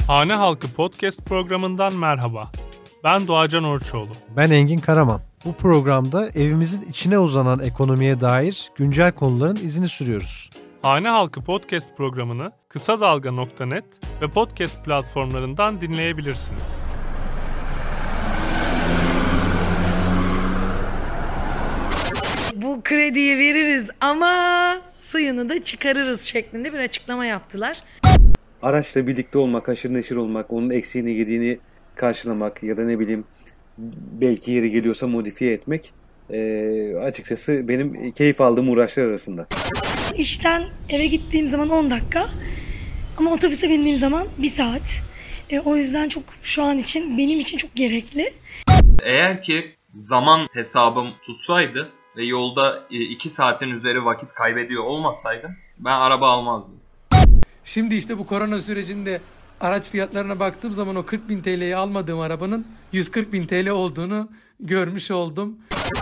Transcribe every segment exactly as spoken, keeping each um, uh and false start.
Hane Halkı Podcast programından merhaba. Ben Doğacan Orçoğlu. Ben Engin Karaman. Bu programda evimizin içine uzanan ekonomiye dair güncel konuların izini sürüyoruz. Hane Halkı Podcast programını kısadalga nokta net ve podcast platformlarından dinleyebilirsiniz. Bu krediyi veririz ama suyunu da çıkarırız şeklinde bir açıklama yaptılar. Araçla birlikte olmak, haşır neşir olmak, onun eksiğini yediğini karşılamak ya da ne bileyim belki yeri geliyorsa modifiye etmek e, açıkçası benim keyif aldığım uğraşlar arasında. İşten eve gittiğim zaman on dakika ama otobüse bindiğim zaman bir saat. E, o yüzden çok şu an için benim için çok gerekli. Eğer ki zaman hesabım tutsaydı ve yolda iki saatin üzeri vakit kaybediyor olmasaydım ben araba almazdım. Şimdi işte bu korona sürecinde araç fiyatlarına baktığım zaman o kırk bin T L'yi almadığım arabanın yüz kırk bin T L olduğunu görmüş oldum.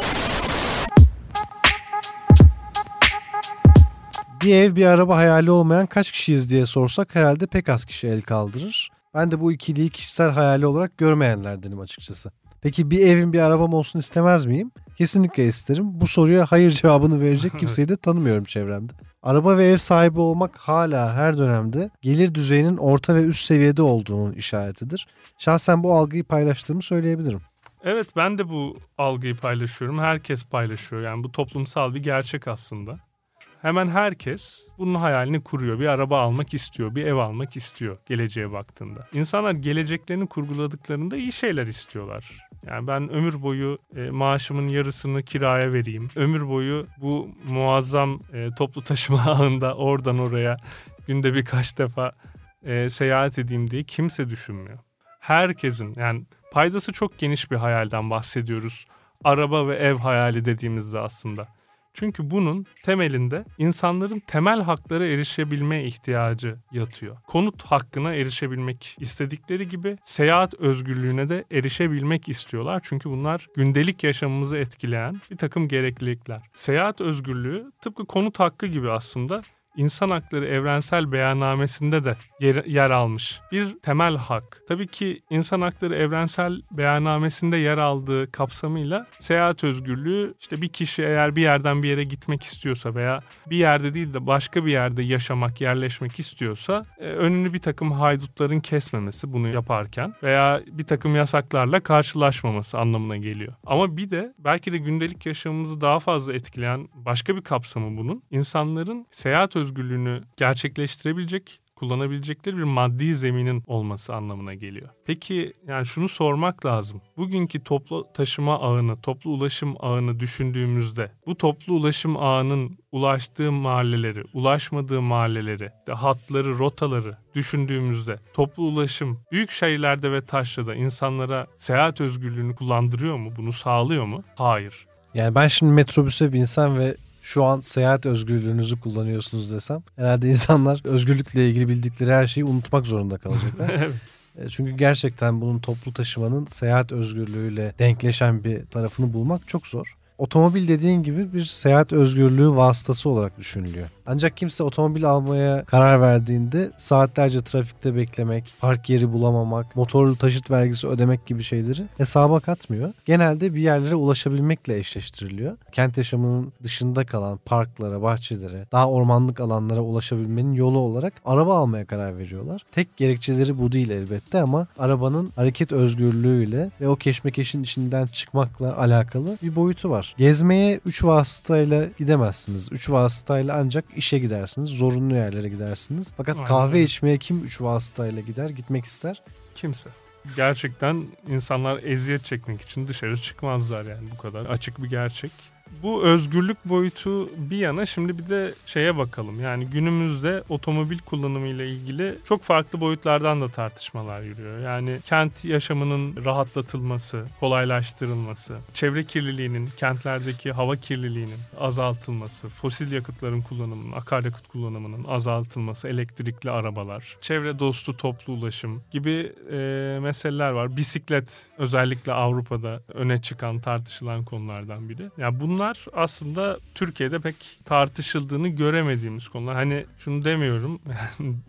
Bir ev bir araba hayali olmayan kaç kişiyiz diye sorsak herhalde pek az kişi el kaldırır. Ben de bu ikiliyi kişisel hayali olarak görmeyenlerdenim açıkçası. Peki bir evin bir arabam olsun istemez miyim? Kesinlikle isterim. Bu soruya hayır cevabını verecek kimseyi de tanımıyorum çevremde. Araba ve ev sahibi olmak hala her dönemde gelir düzeyinin orta ve üst seviyede olduğunun işaretidir. Şahsen bu algıyı paylaştığımı söyleyebilirim. Evet, ben de bu algıyı paylaşıyorum. Herkes paylaşıyor. Yani bu toplumsal bir gerçek aslında. Hemen herkes bunun hayalini kuruyor. Bir araba almak istiyor, bir ev almak istiyor geleceğe baktığında. İnsanlar geleceklerini kurguladıklarında iyi şeyler istiyorlar. Yani ben ömür boyu e, maaşımın yarısını kiraya vereyim. Ömür boyu bu muazzam e, toplu taşıma ağında oradan oraya günde birkaç defa e, seyahat edeyim diye kimse düşünmüyor. Herkesin, yani paydası çok geniş bir hayalden bahsediyoruz. Araba ve ev hayali dediğimizde aslında. Çünkü bunun temelinde insanların temel haklara erişebilme ihtiyacı yatıyor. Konut hakkına erişebilmek istedikleri gibi seyahat özgürlüğüne de erişebilmek istiyorlar. Çünkü bunlar gündelik yaşamımızı etkileyen bir takım gereklilikler. Seyahat özgürlüğü tıpkı konut hakkı gibi aslında İnsan Hakları Evrensel Beyannamesi'nde de yer, yer almış bir temel hak. Tabii ki İnsan Hakları Evrensel Beyannamesi'nde yer aldığı kapsamıyla seyahat özgürlüğü, işte bir kişi eğer bir yerden bir yere gitmek istiyorsa veya bir yerde değil de başka bir yerde yaşamak, yerleşmek istiyorsa önünü bir takım haydutların kesmemesi bunu yaparken veya bir takım yasaklarla karşılaşmaması anlamına geliyor. Ama bir de belki de gündelik yaşamımızı daha fazla etkileyen başka bir kapsamı bunun, insanların seyahat özgürlüğü özgürlüğünü gerçekleştirebilecek, kullanabilecekleri bir maddi zeminin olması anlamına geliyor. Peki yani şunu sormak lazım. Bugünkü toplu taşıma ağını, toplu ulaşım ağını düşündüğümüzde bu toplu ulaşım ağının ulaştığı mahalleleri, ulaşmadığı mahalleleri, de hatları, rotaları düşündüğümüzde toplu ulaşım büyük şehirlerde ve taşrada insanlara seyahat özgürlüğünü kullandırıyor mu? Bunu sağlıyor mu? Hayır. Yani ben şimdi metrobüse binsem ve şu an seyahat özgürlüğünüzü kullanıyorsunuz desem herhalde insanlar özgürlükle ilgili bildikleri her şeyi unutmak zorunda kalacaklar. Evet. Çünkü gerçekten bunun toplu taşımanın seyahat özgürlüğüyle denkleşen bir tarafını bulmak çok zor. Otomobil dediğin gibi bir seyahat özgürlüğü vasıtası olarak düşünülüyor. Ancak kimse otomobil almaya karar verdiğinde saatlerce trafikte beklemek, park yeri bulamamak, motorlu taşıt vergisi ödemek gibi şeyleri hesaba katmıyor. Genelde bir yerlere ulaşabilmekle eşleştiriliyor. Kent yaşamının dışında kalan parklara, bahçelere, daha ormanlık alanlara ulaşabilmenin yolu olarak araba almaya karar veriyorlar. Tek gerekçeleri bu değil elbette ama arabanın hareket özgürlüğüyle ve o keşmekeşin içinden çıkmakla alakalı bir boyutu var. Gezmeye üç vasıtayla gidemezsiniz. üç vasıtayla ancak işe gidersiniz. Zorunlu yerlere gidersiniz. Fakat Aynen. Kahve içmeye kim üç vasıtayla gider, gitmek ister? Kimse. Gerçekten insanlar eziyet çekmek için dışarı çıkmazlar, yani bu kadar açık bir gerçek. Bu özgürlük boyutu bir yana, şimdi bir de şeye bakalım. Yani günümüzde otomobil kullanımı ile ilgili çok farklı boyutlardan da tartışmalar yürüyor. Yani kent yaşamının rahatlatılması, kolaylaştırılması, çevre kirliliğinin, kentlerdeki hava kirliliğinin azaltılması, fosil yakıtların kullanımının, akaryakıt kullanımının azaltılması, elektrikli arabalar, çevre dostu toplu ulaşım gibi e, meseleler var. Bisiklet özellikle Avrupa'da öne çıkan, tartışılan konulardan biri. Yani bunlar Bunlar aslında Türkiye'de pek tartışıldığını göremediğimiz konular. Hani şunu demiyorum,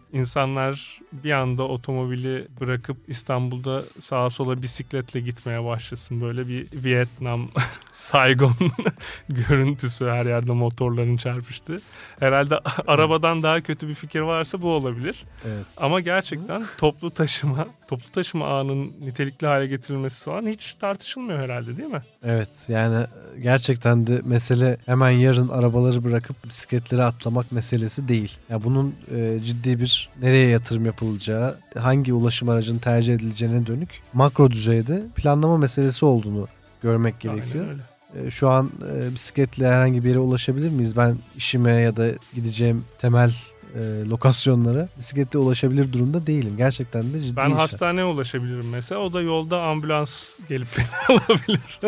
İnsanlar bir anda otomobili bırakıp İstanbul'da sağa sola bisikletle gitmeye başlasın. Böyle bir Vietnam, Saigon görüntüsü, her yerde motorların çarpıştığı. Herhalde arabadan daha kötü bir fikir varsa bu olabilir. Evet. Ama gerçekten toplu taşıma, toplu taşıma ağının nitelikli hale getirilmesi falan hiç tartışılmıyor herhalde, değil mi? Evet, yani gerçekten de mesele hemen yarın arabaları bırakıp bisikletlere atlamak meselesi değil. Ya yani bunun e, ciddi bir nereye yatırım yapılacağı, hangi ulaşım aracının tercih edileceğine dönük makro düzeyde planlama meselesi olduğunu görmek gerekiyor. E, şu an e, bisikletle herhangi bir yere ulaşabilir miyiz? Ben işime ya da gideceğim temel e, lokasyonlara bisikletle ulaşabilir durumda değilim. Gerçekten de ciddi Ben işler. hastaneye ulaşabilirim mesela. O da yolda ambulans gelip beni alabilir.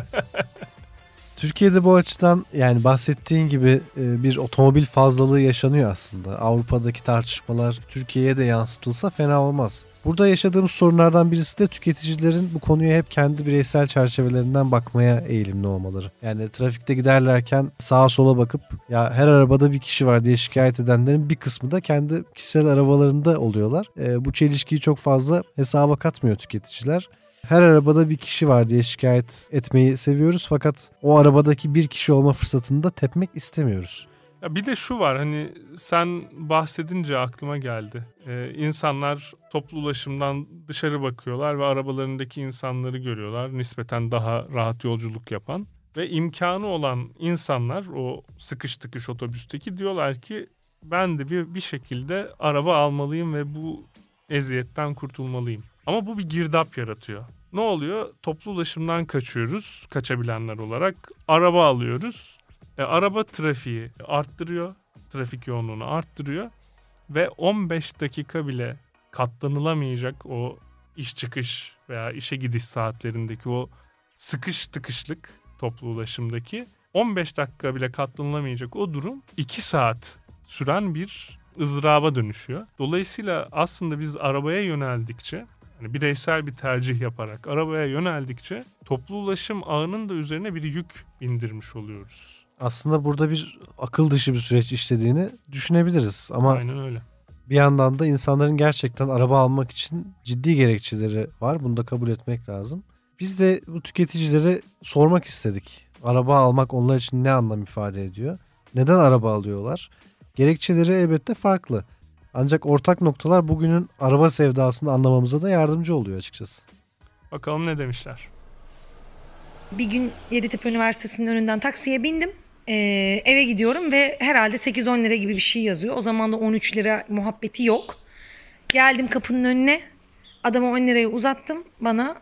Türkiye'de bu açıdan yani bahsettiğin gibi bir otomobil fazlalığı yaşanıyor aslında. Avrupa'daki tartışmalar Türkiye'ye de yansıtılsa fena olmaz. Burada yaşadığımız sorunlardan birisi de tüketicilerin bu konuya hep kendi bireysel çerçevelerinden bakmaya eğilimli olmaları. Yani trafikte giderlerken sağa sola bakıp ya her arabada bir kişi var diye şikayet edenlerin bir kısmı da kendi kişisel arabalarında oluyorlar. Bu çelişkiyi çok fazla hesaba katmıyor tüketiciler. Her arabada bir kişi var diye şikayet etmeyi seviyoruz fakat o arabadaki bir kişi olma fırsatını da tepmek istemiyoruz. Ya bir de şu var, hani sen bahsedince aklıma geldi. Ee, insanlar toplu ulaşımdan dışarı bakıyorlar ve arabalarındaki insanları görüyorlar. Nispeten daha rahat yolculuk yapan ve imkanı olan insanlar o sıkış tıkış otobüsteki diyorlar ki ben de bir, bir şekilde araba almalıyım ve bu eziyetten kurtulmalıyım. Ama bu bir girdap yaratıyor. Ne oluyor? Toplu ulaşımdan kaçıyoruz, kaçabilenler olarak. Araba alıyoruz. E, araba trafiği arttırıyor, trafik yoğunluğunu arttırıyor. Ve on beş dakika bile katlanılamayacak o iş çıkış veya işe gidiş saatlerindeki o sıkış tıkışlık toplu ulaşımdaki on beş dakika bile katlanılamayacak o durum iki saat süren bir ızdıraba dönüşüyor. Dolayısıyla aslında biz arabaya yöneldikçe, yani bireysel bir tercih yaparak arabaya yöneldikçe toplu ulaşım ağının da üzerine bir yük bindirmiş oluyoruz. Aslında burada bir akıl dışı bir süreç işlediğini düşünebiliriz ama aynen öyle. Bir yandan da insanların gerçekten araba almak için ciddi gerekçeleri var. Bunu da kabul etmek lazım. Biz de bu tüketicilere sormak istedik. Araba almak onlar için ne anlam ifade ediyor? Neden araba alıyorlar? Gerekçeleri elbette farklı. Ancak ortak noktalar bugünün araba sevdasını anlamamıza da yardımcı oluyor açıkçası. Bakalım ne demişler? Bir gün Yeditepe Üniversitesi'nin önünden taksiye bindim. Ee, eve gidiyorum ve herhalde sekiz on lira gibi bir şey yazıyor. O zaman da on üç lira muhabbeti yok. Geldim kapının önüne. Adama on lirayı uzattım. Bana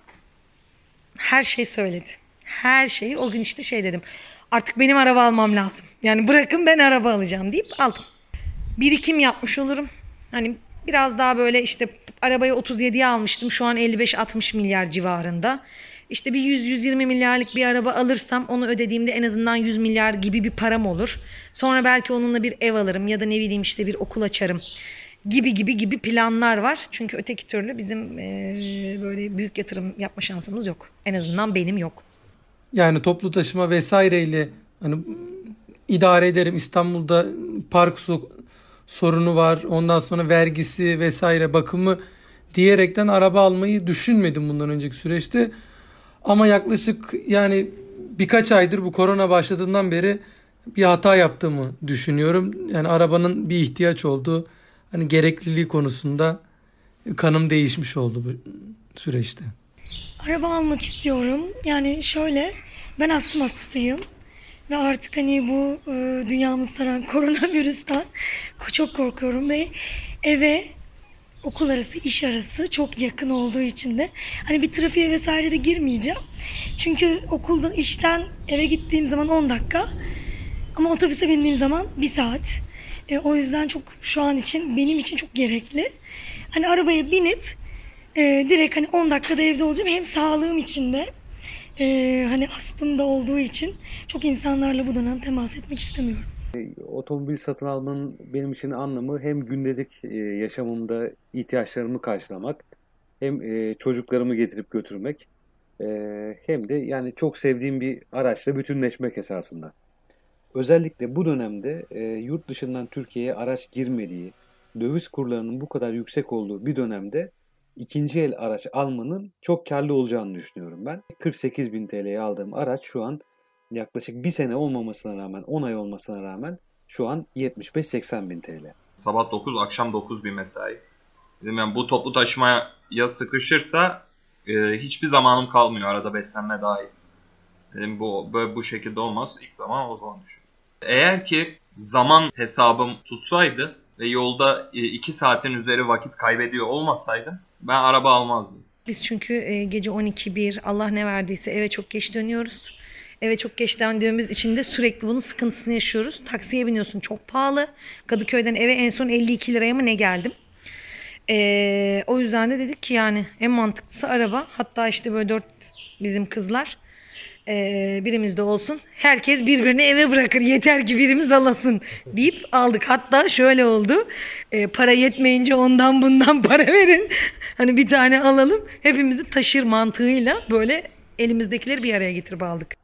her şey söyledi. Her şeyi. O gün işte şey dedim. Artık benim araba almam lazım. Yani bırakın ben araba alacağım deyip aldım. Birikim yapmış olurum. Hani biraz daha böyle işte arabayı otuz yediye almıştım. Şu an elli beş altmış milyar civarında. İşte bir yüz yüz yirmi milyarlık bir araba alırsam onu ödediğimde en azından yüz milyar gibi bir param olur. Sonra belki onunla bir ev alırım ya da ne bileyim işte bir okul açarım gibi gibi gibi planlar var. Çünkü öteki türlü bizim e, böyle büyük yatırım yapma şansımız yok. En azından benim yok. Yani toplu taşıma vesaireyle hani idare ederim. İstanbul'da park su sorunu var. Ondan sonra vergisi vesaire bakımı diyerekten araba almayı düşünmedim bundan önceki süreçte. Ama yaklaşık yani birkaç aydır bu korona başladığından beri bir hata yaptığımı düşünüyorum. Yani arabanın bir ihtiyaç olduğu, hani gerekliliği konusunda kanım değişmiş oldu bu süreçte. Araba almak istiyorum. Yani şöyle, ben astım hastasıyım. Ve artık hani bu e, dünyamızı saran koronavirüsten çok korkuyorum ve eve okul arası, iş arası çok yakın olduğu için de hani bir trafiğe vesaire de girmeyeceğim. Çünkü okuldan, işten eve gittiğim zaman on dakika ama otobüse bindiğim zaman bir saat. E, o yüzden çok şu an için benim için çok gerekli. Hani arabaya binip e, direkt hani on dakikada evde olacağım. Hem sağlığım için de e, hani astım da olduğu için çok insanlarla bu dönem temas etmek istemiyorum. Otomobil satın almanın benim için anlamı hem gündelik yaşamımda ihtiyaçlarımı karşılamak, hem çocuklarımı getirip götürmek, hem de yani çok sevdiğim bir araçla bütünleşmek esasında. Özellikle bu dönemde yurt dışından Türkiye'ye araç girmediği, döviz kurlarının bu kadar yüksek olduğu bir dönemde ikinci el araç almanın çok karlı olacağını düşünüyorum ben. kırk sekiz bin T L'ye aldığım araç şu an yaklaşık bir sene olmamasına rağmen, on ay olmasına rağmen şu an yetmiş beş seksen bin T L. Sabah dokuz, akşam dokuz bir mesai. Dedim yani bu toplu taşımaya sıkışırsa e, hiçbir zamanım kalmıyor. Arada beslenme dahil. Dedim bu böyle bu şekilde olmaz. İlk zaman o zaman düşün. Eğer ki zaman hesabım tutsaydı ve yolda iki saatin üzeri vakit kaybediyor olmasaydım ben araba almazdım. Biz çünkü e, gece on iki bir Allah ne verdiyse eve çok geç dönüyoruz. Eve çok geç döndüğümüz için de sürekli bunun sıkıntısını yaşıyoruz. Taksiye biniyorsun, çok pahalı. Kadıköy'den eve en son elli iki liraya mı ne geldim. E, o yüzden de dedik ki yani en mantıklısı araba. Hatta işte böyle dört bizim kızlar e, birimizde olsun. Herkes birbirini eve bırakır, yeter ki birimiz alasın deyip aldık. Hatta şöyle oldu. E, para yetmeyince ondan bundan para verin. Hani bir tane alalım, hepimizi taşır mantığıyla böyle elimizdekileri bir araya getirip aldık.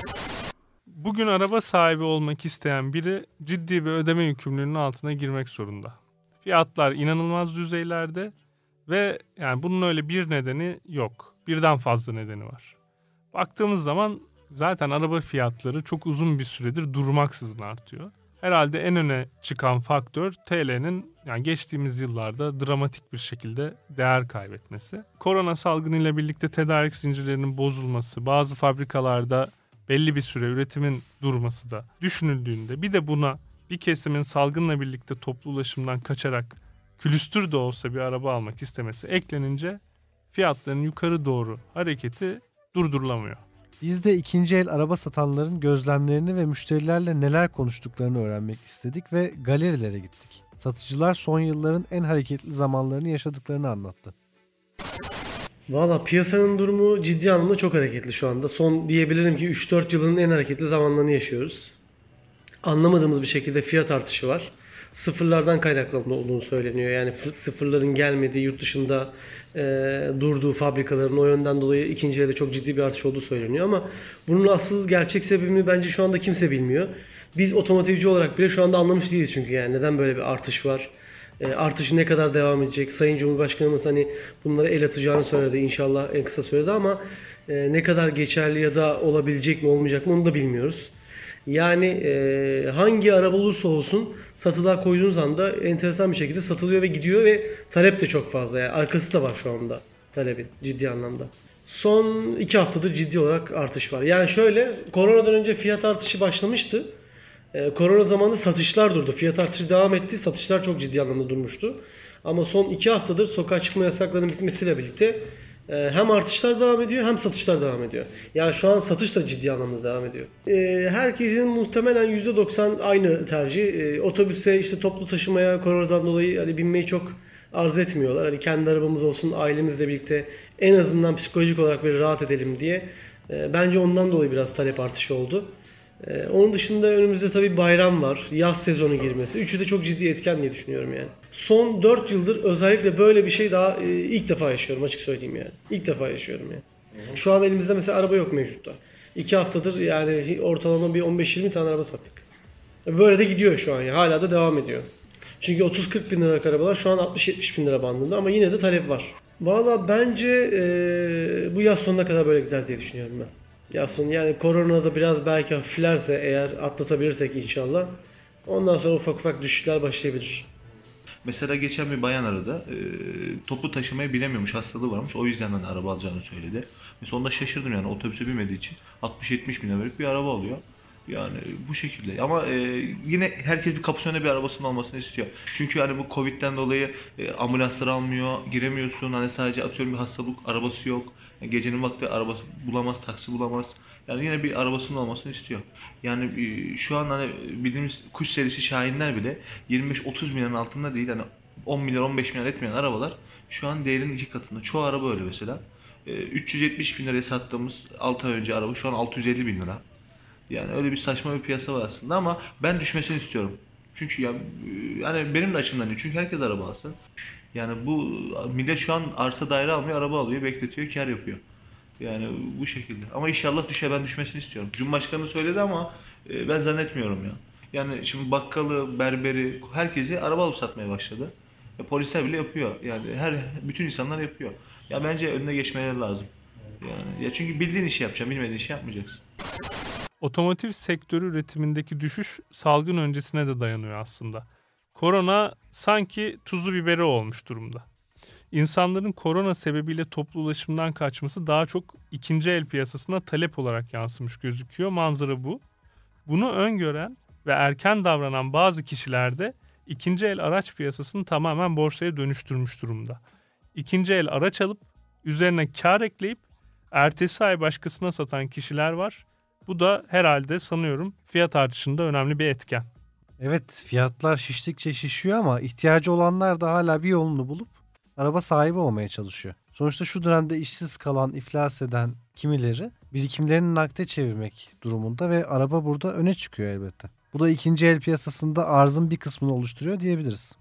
Bugün araba sahibi olmak isteyen biri ciddi bir ödeme yükümlülüğünün altına girmek zorunda. Fiyatlar inanılmaz düzeylerde ve yani bunun öyle bir nedeni yok. Birden fazla nedeni var. Baktığımız zaman zaten araba fiyatları çok uzun bir süredir durmaksızın artıyor. Herhalde en öne çıkan faktör T L'nin yani geçtiğimiz yıllarda dramatik bir şekilde değer kaybetmesi. Korona salgınıyla birlikte tedarik zincirlerinin bozulması, bazı fabrikalarda belli bir süre üretimin durması da düşünüldüğünde bir de buna bir kesimin salgınla birlikte toplu ulaşımdan kaçarak külüstür de olsa bir araba almak istemesi eklenince fiyatların yukarı doğru hareketi durdurulamıyor. Biz de ikinci el araba satanların gözlemlerini ve müşterilerle neler konuştuklarını öğrenmek istedik ve galerilere gittik. Satıcılar son yılların en hareketli zamanlarını yaşadıklarını anlattı. Valla piyasanın durumu ciddi anlamda çok hareketli şu anda. Son diyebilirim ki üç dört yılın en hareketli zamanlarını yaşıyoruz. Anlamadığımız bir şekilde fiyat artışı var. Sıfırlardan kaynaklı olduğunu söyleniyor. Yani sıfırların gelmediği, yurt dışında e, durduğu fabrikaların o yönden dolayı ikinci elde çok ciddi bir artış olduğu söyleniyor. Ama bunun asıl gerçek sebebini bence şu anda kimse bilmiyor. Biz otomotivci olarak bile şu anda anlamış değiliz çünkü yani neden böyle bir artış var. E, artışı ne kadar devam edecek? Sayın Cumhurbaşkanımız hani bunlara el atacağını söyledi inşallah en kısa sürede ama e, ne kadar geçerli ya da olabilecek mi olmayacak mı onu da bilmiyoruz. Yani e, hangi araba olursa olsun satılığa koyduğunuz anda enteresan bir şekilde satılıyor ve gidiyor ve talep de çok fazla. Yani arkası da var şu anda talebin ciddi anlamda. Son iki haftadır ciddi olarak artış var. Yani şöyle koronadan önce fiyat artışı başlamıştı. E, korona zamanında satışlar durdu. Fiyat artışı devam etti. Satışlar çok ciddi anlamda durmuştu. Ama son iki haftadır sokağa çıkma yasaklarının bitmesiyle birlikte hem artışlar devam ediyor hem satışlar devam ediyor. Yani şu an satış da ciddi anlamda devam ediyor. Herkesin muhtemelen yüzde doksan aynı tercih. Otobüse, işte toplu taşımaya koronadan dolayı hani binmeyi çok arzu etmiyorlar. Hani kendi arabamız olsun, ailemizle birlikte en azından psikolojik olarak bir rahat edelim diye. Bence ondan dolayı biraz talep artışı oldu. Onun dışında önümüzde tabii bayram var, yaz sezonu girmesi. Üçü de çok ciddi etken diye düşünüyorum yani. Son dört yıldır özellikle böyle bir şey daha ilk defa yaşıyorum açık söyleyeyim yani. İlk defa yaşıyorum yani. Şu an elimizde mesela araba yok mevcutta. İki haftadır yani ortalama bir on beş yirmi tane araba sattık. Böyle de gidiyor şu an yani. Hala da devam ediyor. Çünkü otuz kırk bin liralık arabalar şu an altmış yetmiş bin lira bandında ama yine de talep var. Valla bence e, bu yaz sonuna kadar böyle gider diye düşünüyorum ben. Yaz sonu yani koronada biraz belki hafiflerse eğer atlatabilirsek inşallah ondan sonra ufak ufak düşüşler başlayabilir. Mesela geçen bir bayan aradı. E, toplu taşımayı bilemiyormuş, hastalığı varmış. O yüzden hani araba alacağını söyledi. Mesela onda şaşırdım yani otobüse binmediği için altmış yetmiş bin lira verip bir araba alıyor. Yani bu şekilde. Ama e, yine herkes bir kapısının önünde bir arabasının olmasını istiyor. Çünkü hani bu Covid'den dolayı e, ambulanslar almıyor, giremiyorsun. Hani sadece atıyorum bir hastalık arabası yok. Yani gecenin vakti arabası bulamaz, taksi bulamaz. Yani yine bir arabasının olmasını istiyor. Yani e, şu an hani bildiğimiz kuş serisi Şahinler bile yirmi beş otuz milyonun altında değil. Hani on milyar on beş milyar etmeyen arabalar şu an değerinin iki katında. Çoğu araba öyle mesela. E, üç yüz yetmiş bin liraya sattığımız altı ay önce araba şu an altı yüz elli bin lira. Yani öyle bir saçma bir piyasa var aslında ama ben düşmesini istiyorum. Çünkü ya yani benim de açımdan değil. Çünkü herkes araba alsın. Yani bu millet şu an arsa daire almıyor, araba alıyor, bekletiyor, kar yapıyor. Yani bu şekilde. Ama inşallah düşer, ben düşmesini istiyorum. Cumhurbaşkanı söyledi ama ben zannetmiyorum ya. Yani şimdi bakkalı, berberi, herkesi araba alıp satmaya başladı. Ya polisler bile yapıyor. Yani her bütün insanlar yapıyor. Ya bence önüne geçmeleri lazım. Yani ya çünkü bildiğin işi yapacaksın, bilmediğin işi yapmayacaksın. Otomotiv sektörü üretimindeki düşüş salgın öncesine de dayanıyor aslında. Korona sanki tuzu biberi olmuş durumda. İnsanların korona sebebiyle toplu ulaşımdan kaçması daha çok ikinci el piyasasına talep olarak yansımış gözüküyor. Manzara bu. Bunu öngören ve erken davranan bazı kişiler de ikinci el araç piyasasını tamamen borsaya dönüştürmüş durumda. İkinci el araç alıp üzerine kar ekleyip ertesi ay başkasına satan kişiler var. Bu da herhalde sanıyorum fiyat artışında önemli bir etken. Evet, fiyatlar şiştikçe şişiyor ama ihtiyacı olanlar da hala bir yolunu bulup araba sahibi olmaya çalışıyor. Sonuçta şu dönemde işsiz kalan, iflas eden kimileri birikimlerini nakde çevirmek durumunda ve araba burada öne çıkıyor elbette. Bu da ikinci el piyasasında arzın bir kısmını oluşturuyor diyebiliriz.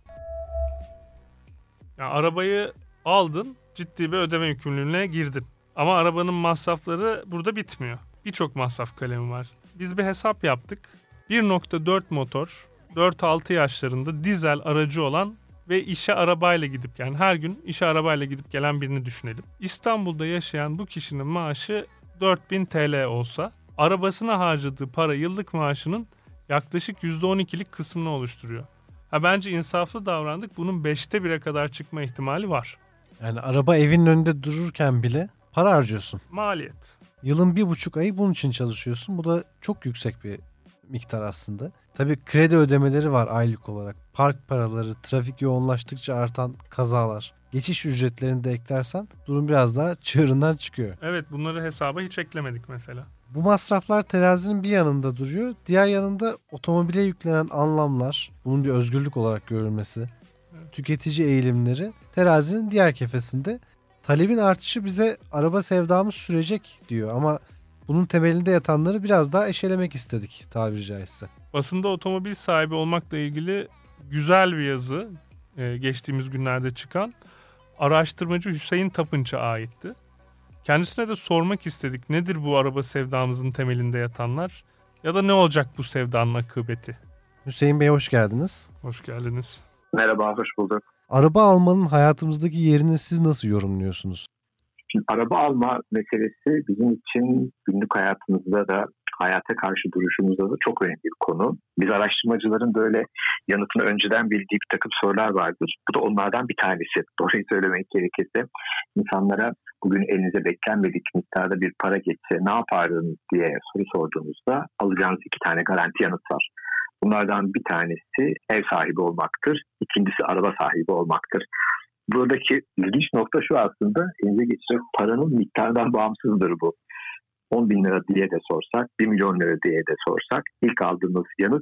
Yani arabayı aldın, ciddi bir ödeme yükümlülüğüne girdin. Ama arabanın masrafları burada bitmiyor. Birçok masraf kalemi var. Biz bir hesap yaptık. bir nokta dört motor, dört altı yaşlarında dizel aracı olan ve işe arabayla gidip yani her gün işe arabayla gidip gelen birini düşünelim. İstanbul'da yaşayan bu kişinin maaşı dört bin TL olsa arabasına harcadığı para yıllık maaşının yaklaşık yüzde on ikilik kısmını oluşturuyor. Ha, bence insaflı davrandık. Bunun beşte bire kadar çıkma ihtimali var. Yani araba evinin önünde dururken bile para harcıyorsun. Maliyet. Yılın bir buçuk ayı bunun için çalışıyorsun. Bu da çok yüksek bir miktar aslında. Tabii kredi ödemeleri var aylık olarak. Park paraları, trafik yoğunlaştıkça artan kazalar, geçiş ücretlerini de eklersen durum biraz daha çığırından çıkıyor. Evet, bunları hesaba hiç eklemedik mesela. Bu masraflar terazinin bir yanında duruyor. Diğer yanında otomobile yüklenen anlamlar, bunun bir özgürlük olarak görülmesi, evet, tüketici eğilimleri terazinin diğer kefesinde. Talebin artışı bize araba sevdamız sürecek diyor ama bunun temelinde yatanları biraz daha eşelemek istedik tabiri caizse. Basında otomobil sahibi olmakla ilgili güzel bir yazı geçtiğimiz günlerde çıkan araştırmacı Hüseyin Tapınç'a aitti. Kendisine de sormak istedik, nedir bu araba sevdamızın temelinde yatanlar ya da ne olacak bu sevdanın akıbeti? Hüseyin Bey, hoş geldiniz. Hoş geldiniz. Merhaba, hoş bulduk. Araba almanın hayatımızdaki yerini siz nasıl yorumluyorsunuz? Şimdi araba alma meselesi bizim için günlük hayatımızda da hayata karşı duruşumuzda da çok önemli bir konu. Biz araştırmacıların böyle yanıtını önceden bildiği bir takım sorular vardır. Bu da onlardan bir tanesi. Doğruyu söylemek gerekirse insanlara bugün elinize beklenmedik miktarda bir para geçse ne yapardınız diye soru sorduğumuzda alacağınız iki tane garanti yanıt var. Bunlardan bir tanesi ev sahibi olmaktır. İkincisi araba sahibi olmaktır. Buradaki ilginç nokta şu aslında, elinize geçecek paranın miktarından bağımsızdır bu. on bin lira diye de sorsak, bir milyon lira diye de sorsak ilk aldığımız yanıt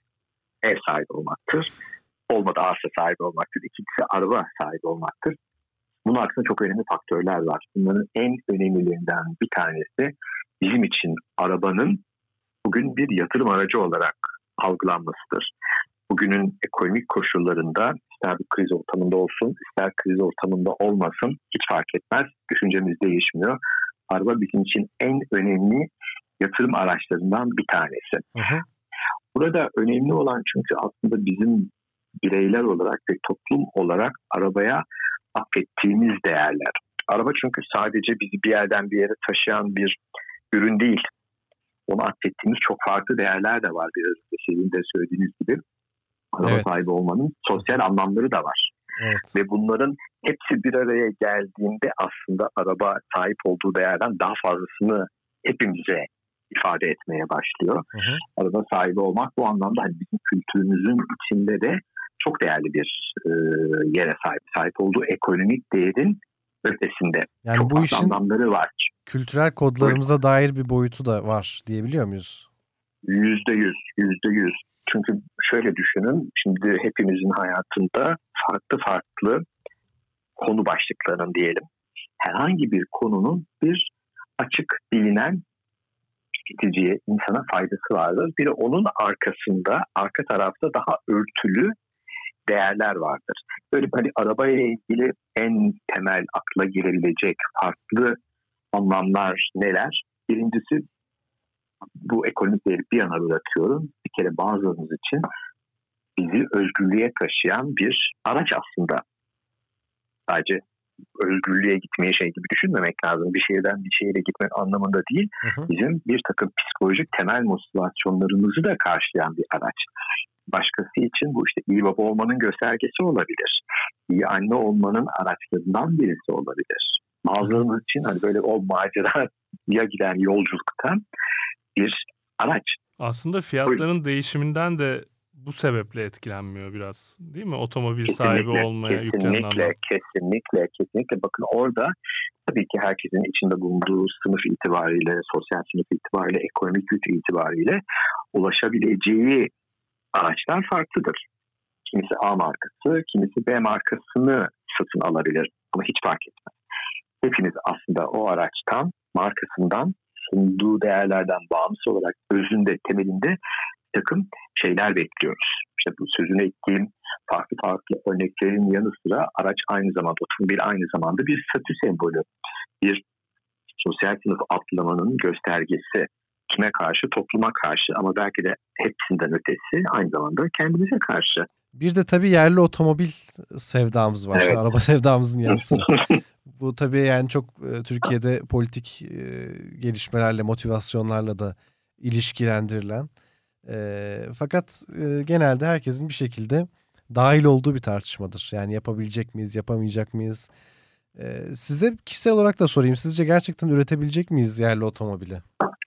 ev sahibi olmaktır. Olmadı arsa sahibi olmaktır. İkincisi araba sahibi olmaktır. Bunun aksine çok önemli faktörler var. Bunların en önemlilerinden bir tanesi bizim için arabanın bugün bir yatırım aracı olarak algılanmasıdır. Bugünün ekonomik koşullarında ister bir kriz ortamında olsun, ister kriz ortamında olmasın hiç fark etmez. Düşüncemiz değişmiyor. Araba bizim için en önemli yatırım araçlarından bir tanesi. Hı hı. Burada önemli olan çünkü aslında bizim bireyler olarak ve toplum olarak arabaya affettiğimiz değerler. Araba çünkü sadece bizi bir yerden bir yere taşıyan bir ürün değil. Ona affettiğimiz çok farklı değerler de var. Biraz önce senin de söylediğiniz gibi. Araba evet. sahibi olmanın sosyal anlamları da var. Evet. Ve bunların hepsi bir araya geldiğinde aslında araba sahip olduğu değerden daha fazlasını hepimize ifade etmeye başlıyor. Hı hı. Araba sahibi olmak bu anlamda hani bizim kültürümüzün içinde de çok değerli bir e, yere sahip. Sahip olduğu ekonomik değerin ötesinde. Yani çok bu fazla işin anlamları var. Kültürel kodlarımıza evet. dair bir boyutu da var diyebiliyor muyuz? Yüzde yüz, yüzde yüz. Çünkü şöyle düşünün, şimdi hepimizin hayatında farklı farklı konu başlıklarının diyelim. Herhangi bir konunun bir açık bilinen tüketiciye, insana faydası vardır. Bir de onun arkasında, arka tarafta daha örtülü değerler vardır. Böyle hani arabaya ilgili en temel akla girebilecek farklı anlamlar neler? Birincisi, bu ekonomik değeri bir yana bırakıyorum. Bir kere bazılarımız için bizi bizi özgürlüğe taşıyan bir araç aslında. Sadece özgürlüğe gitmeyi şey gibi düşünmemek lazım. Bir şehirden bir şehire gitmek anlamında değil. Hı hı. Bizim bir takım psikolojik temel motivasyonlarımızı da karşılayan bir araç. Başkası için bu işte iyi baba olmanın göstergesi olabilir. İyi anne olmanın araçlarından birisi olabilir. Bazılarımız için hani böyle o maceraya giden yolculuktan bir araç. Aslında fiyatların Buyurun. değişiminden de bu sebeple etkilenmiyor biraz, değil mi? Otomobil kesinlikle, sahibi olmaya yüklenen anlam. Kesinlikle, kesinlikle, kesinlikle. Bakın orada tabii ki herkesin içinde bulunduğu sınıf itibariyle, sosyal sınıf itibariyle, ekonomik güç itibariyle ulaşabileceği araçlar farklıdır. Kimisi A markası, kimisi B markasını satın alabilir ama hiç fark etmez. Hepimiz aslında o araçtan, markasından, sunduğu değerlerden bağımsız olarak özünde, temelinde bir takım şeyler bekliyoruz. İşte bu sözüne ettiğim farklı farklı örneklerin yanı sıra araç aynı zamanda, otomobil aynı zamanda bir statü sembolü. Bir sosyal sınıf atlamanın göstergesi. Kime karşı? Topluma karşı, ama belki de hepsinden ötesi aynı zamanda kendimize karşı. Bir de tabii yerli otomobil sevdamız var. Evet. Araba sevdamızın yanı sıra. Bu tabii yani çok e, Türkiye'de politik e, gelişmelerle, motivasyonlarla da ilişkilendirilen. E, fakat e, genelde herkesin bir şekilde dahil olduğu bir tartışmadır. Yani yapabilecek miyiz, yapamayacak mıyız? E, size kişisel olarak da sorayım. Sizce gerçekten üretebilecek miyiz yerli otomobili?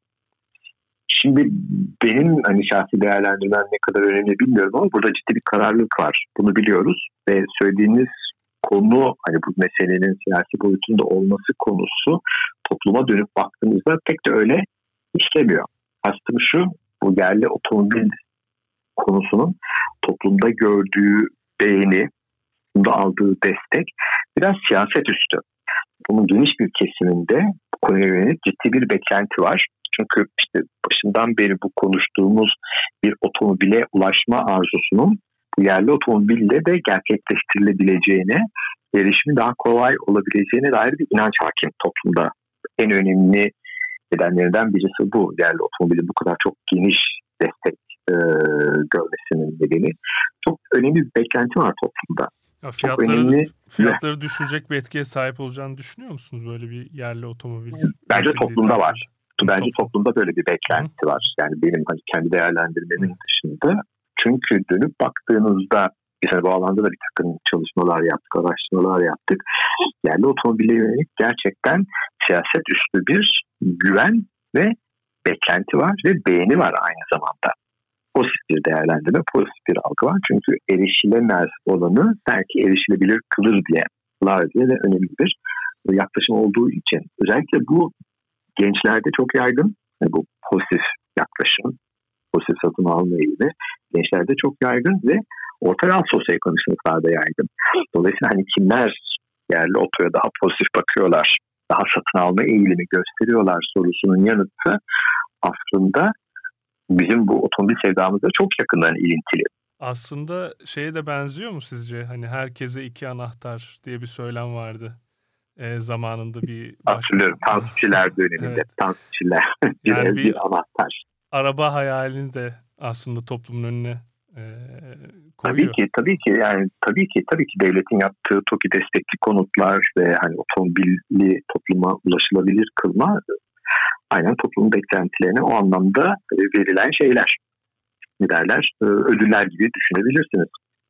Şimdi benim hani şahsi değerlendirmem ne kadar önemli bilmiyorum ama burada ciddi bir kararlılık var. Bunu biliyoruz ve söylediğiniz konu, hani bu meselenin siyasi boyutunda olması konusu topluma dönüp baktığımızda pek de öyle işlemiyor. Kastım şu, bu yerli otomobil konusunun toplumda gördüğü beğeni, bunda aldığı destek biraz siyaset üstü. Bunun geniş bir kesiminde bu konuya yönelik ciddi bir beklenti var. Çünkü işte başından beri bu konuştuğumuz bir otomobile ulaşma arzusunun bu yerli otomobille de gerçekleştirilebileceğine, erişimi daha kolay olabileceğine dair bir inanç hakim toplumda. En önemli nedenlerinden birisi bu. Yerli otomobilin bu kadar çok geniş destek e, görmesinin nedeni. Çok önemli bir beklenti var toplumda. Ya fiyatları, önemli, fiyatları ve, düşürecek bir etkiye sahip olacağını düşünüyor musunuz böyle bir yerli otomobil? Bence toplumda tarzı. var. Bence Toplum. toplumda böyle bir beklenti Hı. var. Yani benim hani kendi değerlendirmemin Hı. dışında. Çünkü dönüp baktığınızda biz bu alanda da bir takım çalışmalar yaptık, araştırmalar yaptık. Yerli otomobile yönelik gerçekten siyaset üstü bir güven ve beklenti var ve beğeni var aynı zamanda. Pozitif bir değerlendirme, pozitif bir algı var. Çünkü erişilemez olanı belki erişilebilir kılır diye, diye de önemli bir yaklaşım olduğu için. Özellikle bu gençlerde çok yaygın. Yani bu pozitif yaklaşım, pozitif satın alma eğilimi gençlerde çok yaygın ve orta ve alt sosyoekonomik sınıflarda yaygın. Dolayısıyla hani kimler yerli otoya daha pozitif bakıyorlar, daha satın alma eğilimi gösteriyorlar sorusunun yanıtı aslında bizim bu otomobil sevdamızla çok yakından ilintili. Aslında şeye de benziyor mu sizce? Hani herkese iki anahtar diye bir söylem vardı. E, zamanında bir... Hatırlıyorum. Tansçiler döneminde. Evet. Tansçiler. bir, yani bir, bir anahtar. Araba hayalini de aslında toplumun önüne e, koyuyor. Tabii ki, tabii ki yani tabii ki tabii ki devletin yaptığı TOKİ destekli konutlar ve hani otomobili topluma ulaşılabilir kılma aynen toplumun beklentilerine o anlamda verilen şeyler. Ne derler? Ödüller gibi düşünebilirsiniz.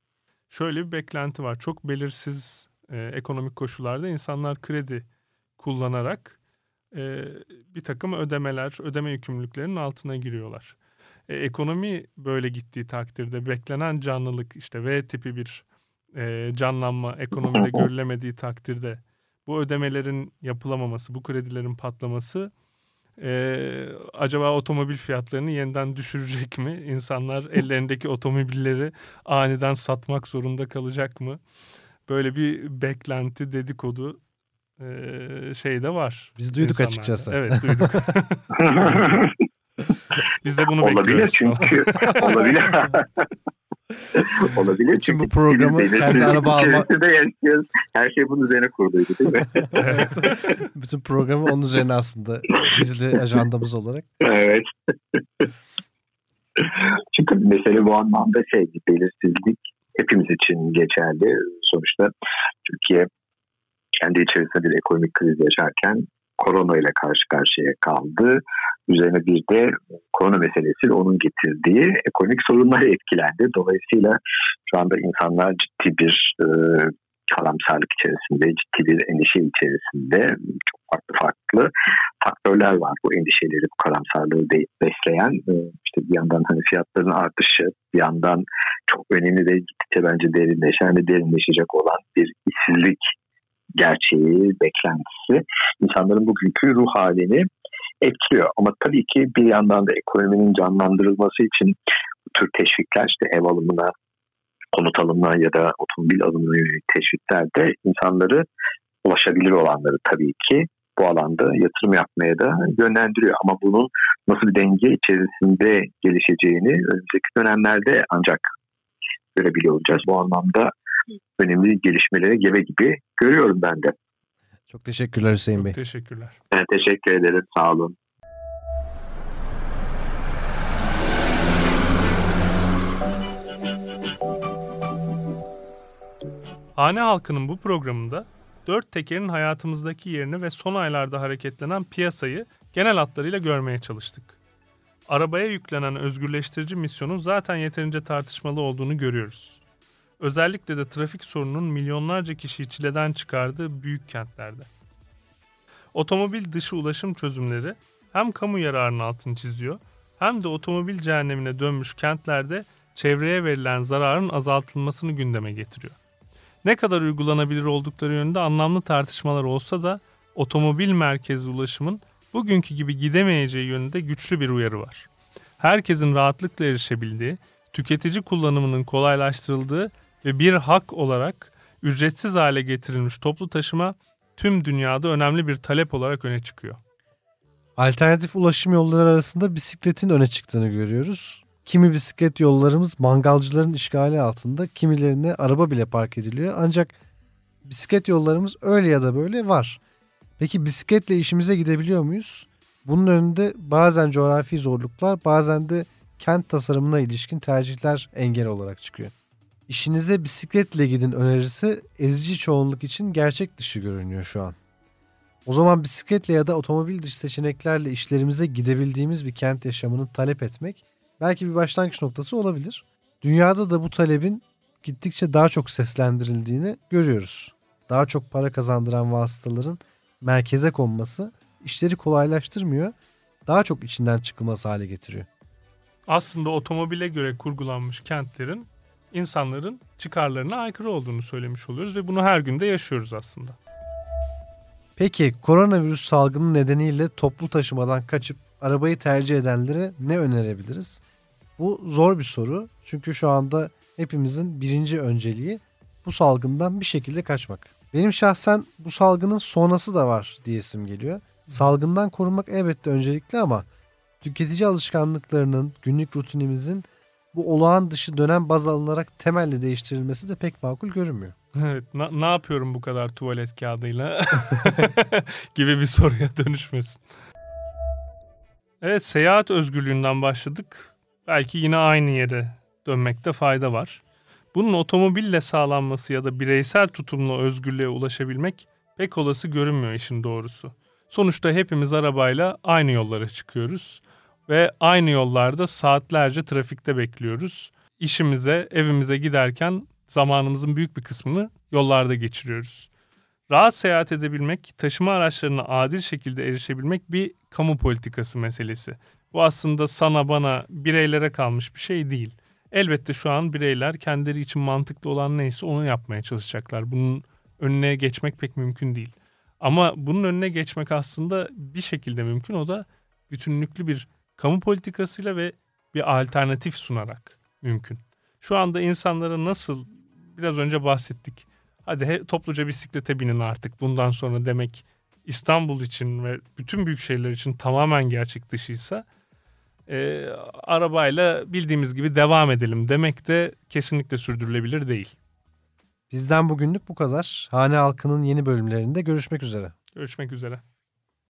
Şöyle bir beklenti var. Çok belirsiz e, ekonomik koşullarda insanlar kredi kullanarak e, bir takım ödemeler, ödeme yükümlülüklerinin altına giriyorlar. E, ekonomi böyle gittiği takdirde beklenen canlılık, işte V tipi bir e, canlanma ekonomide görülemediği takdirde bu ödemelerin yapılamaması, bu kredilerin patlaması e, acaba otomobil fiyatlarını yeniden düşürecek mi? İnsanlar ellerindeki otomobilleri aniden satmak zorunda kalacak mı? Böyle bir beklenti, dedikodu e, şey de var. Biz duyduk insanlarda. Açıkçası. Evet, duyduk. Biz de bunu olabilir bekliyoruz. Çünkü, olabilir. olabilir. Bütün çünkü bu programı kendi araba alma... Her şey bunun üzerine kuruluydu değil mi? Evet. Bütün programı onun üzerine aslında gizli ajandamız olarak. Evet. Çünkü mesele bu anlamda şey, belirsizlik hepimiz için geçerli. Sonuçta Türkiye kendi içerisinde bir ekonomik kriz yaşarken korona ile karşı karşıya kaldı. Üzerine bir de korona meselesi onun getirdiği ekonomik sorunlar etkilendi. Dolayısıyla şu anda insanlar ciddi bir e, karamsarlık içerisinde, ciddi bir endişe içerisinde. Çok farklı farklı faktörler var bu endişeleri, bu karamsarlığı de besleyen. E, işte bir yandan hani fiyatların artışı, bir yandan çok önemli ve gittikçe bence derinleşen ve derinleşecek olan bir işsizlik gerçeği, beklentisi insanların bugünkü ruh halini etkiliyor. Ama tabii ki bir yandan da ekonominin canlandırılması için bu tür teşvikler, işte ev alımına, konut alımına ya da otomobil alımına yönelik teşvikler de insanları, ulaşabilir olanları tabii ki bu alanda yatırım yapmaya da yönlendiriyor. Ama bunun nasıl bir denge içerisinde gelişeceğini önümüzdeki dönemlerde ancak görebiliyor olacağız. Bu anlamda önemli gelişmelere gebe gibi görüyorum ben de. Çok teşekkürler Hüseyin Çok Bey. teşekkürler. Ben teşekkür ederim. Sağ olun. Hane halkının bu programında dört tekerin hayatımızdaki yerini ve son aylarda hareketlenen piyasayı genel hatlarıyla görmeye çalıştık. Arabaya yüklenen özgürleştirici misyonun zaten yeterince tartışmalı olduğunu görüyoruz. Özellikle de trafik sorununun milyonlarca kişiyi çileden çıkardığı büyük kentlerde. Otomobil dışı ulaşım çözümleri hem kamu yararının altını çiziyor, hem de otomobil cehennemine dönmüş kentlerde çevreye verilen zararın azaltılmasını gündeme getiriyor. Ne kadar uygulanabilir oldukları yönünde anlamlı tartışmalar olsa da otomobil merkezli ulaşımın bugünkü gibi gidemeyeceği yönünde güçlü bir uyarı var. Herkesin rahatlıkla erişebildiği, tüketici kullanımının kolaylaştırıldığı ve bir hak olarak ücretsiz hale getirilmiş toplu taşıma tüm dünyada önemli bir talep olarak öne çıkıyor. Alternatif ulaşım yolları arasında bisikletin öne çıktığını görüyoruz. Kimi bisiklet yollarımız mangalcıların işgali altında, kimilerine araba bile park ediliyor. Ancak bisiklet yollarımız öyle ya da böyle var. Peki bisikletle işimize gidebiliyor muyuz? Bunun önünde bazen coğrafi zorluklar, bazen de kent tasarımına ilişkin tercihler engel olarak çıkıyor. İşinize bisikletle gidin önerisi ezici çoğunluk için gerçek dışı görünüyor şu an. O zaman bisikletle ya da otomobil dışı seçeneklerle işlerimize gidebildiğimiz bir kent yaşamını talep etmek belki bir başlangıç noktası olabilir. Dünyada da bu talebin gittikçe daha çok seslendirildiğini görüyoruz. Daha çok para kazandıran vasıtaların merkeze konması işleri kolaylaştırmıyor, daha çok içinden çıkılması hale getiriyor. Aslında otomobile göre kurgulanmış kentlerin insanların çıkarlarına aykırı olduğunu söylemiş oluyoruz ve bunu her gün de yaşıyoruz aslında. Peki koronavirüs salgını nedeniyle toplu taşımadan kaçıp arabayı tercih edenlere ne önerebiliriz? Bu zor bir soru çünkü şu anda hepimizin birinci önceliği bu salgından bir şekilde kaçmak. Benim şahsen bu salgının sonrası da var diyesim geliyor. Salgından korunmak elbette öncelikli ama tüketici alışkanlıklarının, günlük rutinimizin bu olağan dışı dönem baz alınarak temelli değiştirilmesi de pek makul görünmüyor. Evet, na- ne yapıyorum bu kadar tuvalet kağıdıyla gibi bir soruya dönüşmesin. Evet, seyahat özgürlüğünden başladık. Belki yine aynı yere dönmekte fayda var. Bunun otomobille sağlanması ya da bireysel tutumla özgürlüğe ulaşabilmek pek olası görünmüyor işin doğrusu. Sonuçta hepimiz arabayla aynı yollara çıkıyoruz ve aynı yollarda saatlerce trafikte bekliyoruz. İşimize, evimize giderken zamanımızın büyük bir kısmını yollarda geçiriyoruz. Rahat seyahat edebilmek, taşıma araçlarına adil şekilde erişebilmek bir kamu politikası meselesi. Bu aslında sana bana bireylere kalmış bir şey değil. Elbette şu an bireyler kendileri için mantıklı olan neyse onu yapmaya çalışacaklar. Bunun önüne geçmek pek mümkün değil. Ama bunun önüne geçmek aslında bir şekilde mümkün. O da bütünlüklü bir kamu politikasıyla ve bir alternatif sunarak mümkün. Şu anda insanlara nasıl, biraz önce bahsettik. Hadi he, topluca bisiklete binin artık bundan sonra demek İstanbul için ve bütün büyük şehirler için tamamen gerçek dışıysa e, arabayla bildiğimiz gibi devam edelim demek de kesinlikle sürdürülebilir değil. Bizden bugünlük bu kadar. Hane halkının yeni bölümlerinde görüşmek üzere. Görüşmek üzere.